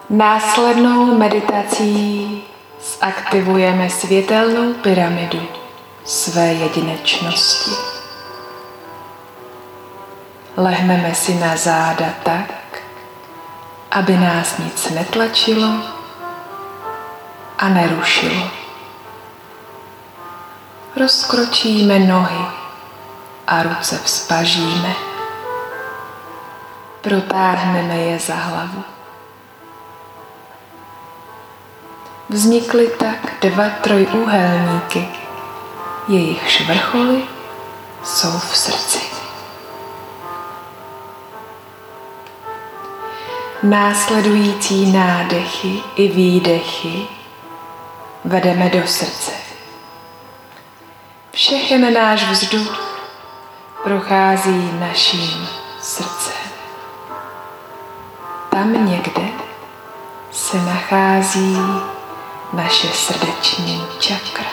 Následnou meditací zaktivujeme světelnou pyramidu své jedinečnosti. Lehneme si na záda tak, aby nás nic netlačilo a nerušilo. Rozkročíme nohy a ruce vzpažíme. Protáhneme je za hlavu. Vznikly tak 2 trojúhelníky, jejichž vrcholy jsou v srdci. Následující nádechy i výdechy vedeme do srdce. Všechen náš vzduch prochází naším srdcem. Tam někde se nachází naše srdeční čakra.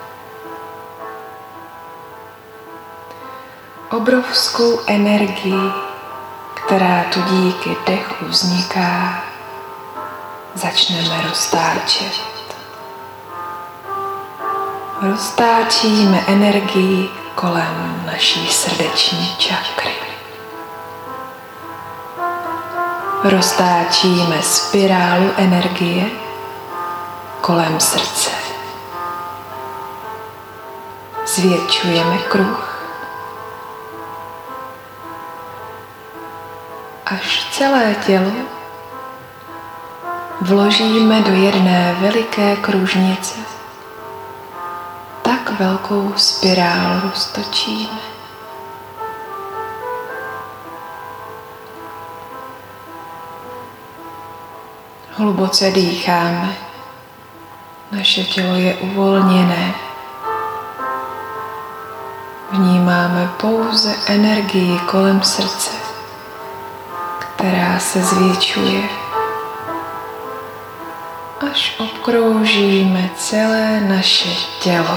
Obrovskou energii, která tu díky dechu vzniká, začneme roztáčet. Roztáčíme energii kolem naší srdeční čakry. Roztáčíme spirálu energie kolem srdce. Zvětšujeme kruh, až celé tělo vložíme do jedné veliké kružnice. Tak velkou spirálu roztočíme. Hluboce dýcháme. Naše tělo je uvolněné. Vnímáme pouze energii kolem srdce, která se zvětšuje, až obkroužíme celé naše tělo.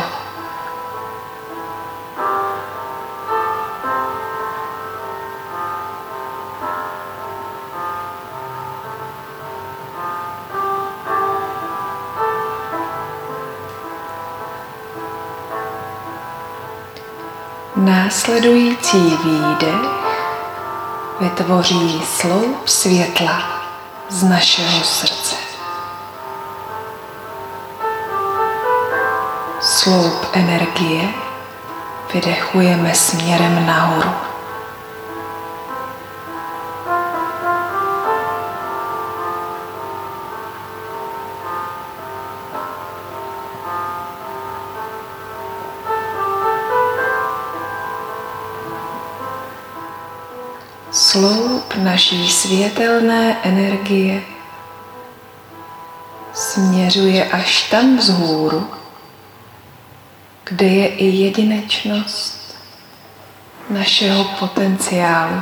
Následující výdech vytvoří sloup světla z našeho srdce. Sloup energie vydechujeme směrem nahoru. Sloup naší světelné energie směřuje až tam vzhůru, kde je i jedinečnost našeho potenciálu.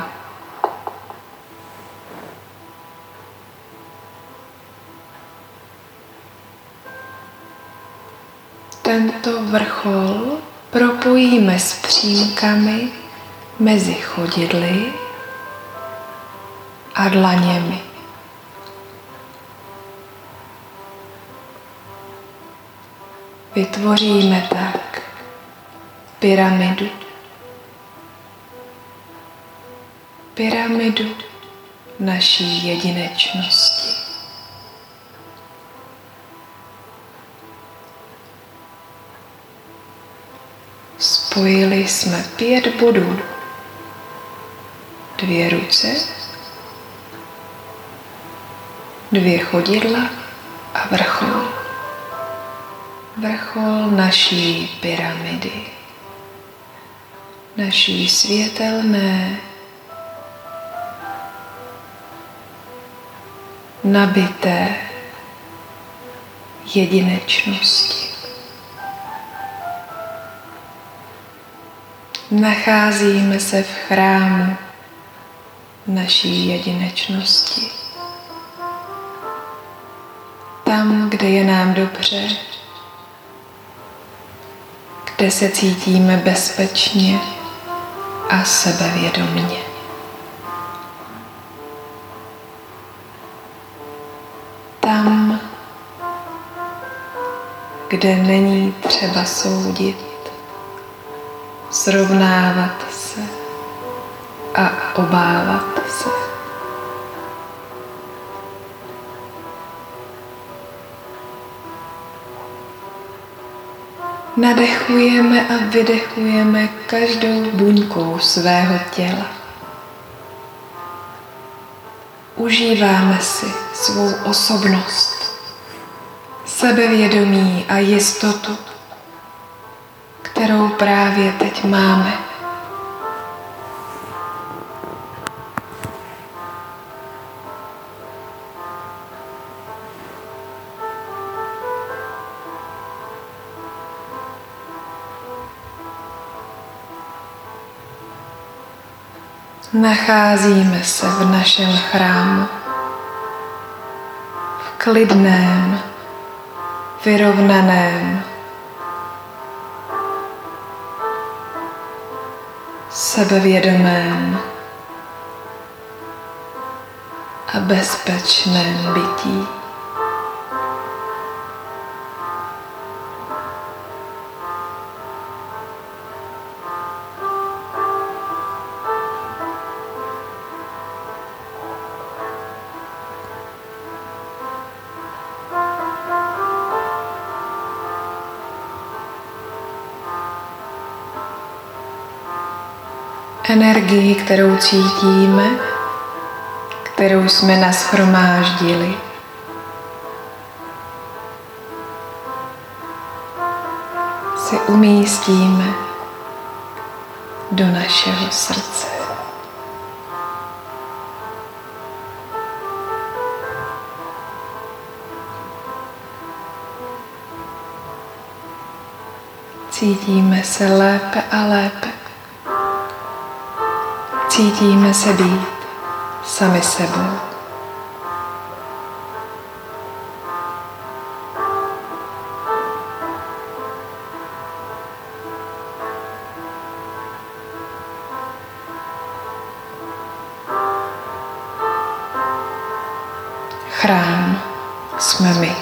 Tento vrchol propojíme s přímkami mezi chodidly a dlaněmi. Vytvoříme tak pyramidu. Pyramidu naší jedinečnosti. Spojili jsme 5 bodů. 2 ruce, 2 chodidla a vrchol. Vrchol naší pyramidy. Naší světelné, nabité jedinečnosti. Nacházíme se v chrámu naší jedinečnosti. Tam, kde je nám dobře, kde se cítíme bezpečně a sebevědomně. Tam, kde není třeba soudit, srovnávat se a obávat se. Nadechujeme a vydechujeme každou buňkou svého těla. Užíváme si svou osobnost, sebevědomí a jistotu, kterou právě teď máme. Nacházíme se v našem chrámu, v klidném, vyrovnaném, sebevědomém a bezpečném bytí. Energii, kterou cítíme, kterou jsme nashromáždili, si umístíme do našeho srdce. Cítíme se lépe a lépe. Cítíme se být sami sebou. Chrám jsme my.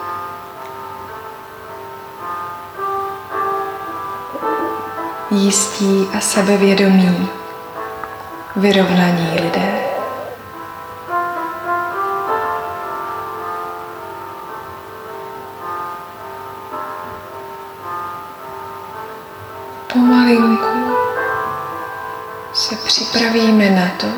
Jistí a sebevědomí, vyrovnaní lidé. Pomalinku se připravíme na to,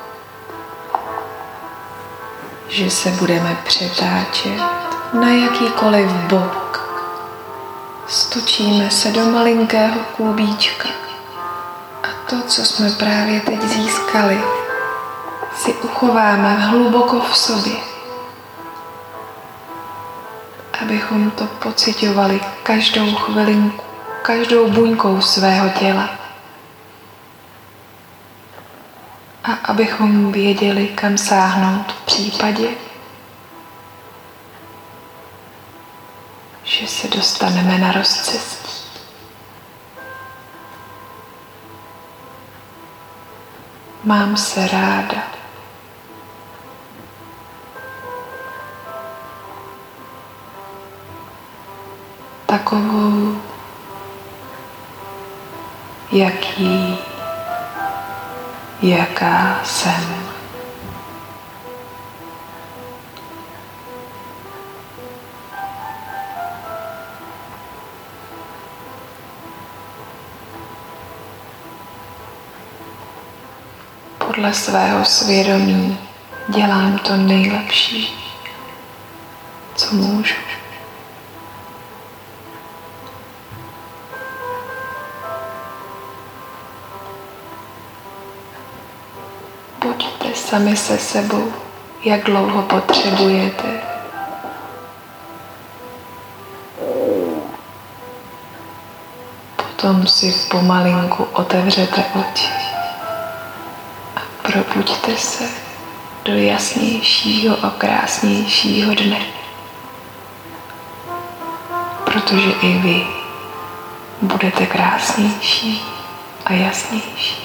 že se budeme přetáčet na jakýkoliv bok. Stočíme se do malinkého klubíčka. To, co jsme právě teď získali, si uchováme hluboko v sobě, abychom to pociťovali každou chvilinku, každou buňkou svého těla. A abychom věděli, kam sáhnout v případě, že se dostaneme na rozcestí. Mám se ráda. Takovou, jaká jsem. Podle svého svědomí dělám to nejlepší, co můžu. Buďte sami se sebou, jak dlouho potřebujete. Potom si pomalinku otevřete oči. Probuďte se do jasnějšího a krásnějšího dne, protože i vy budete krásnější a jasnější.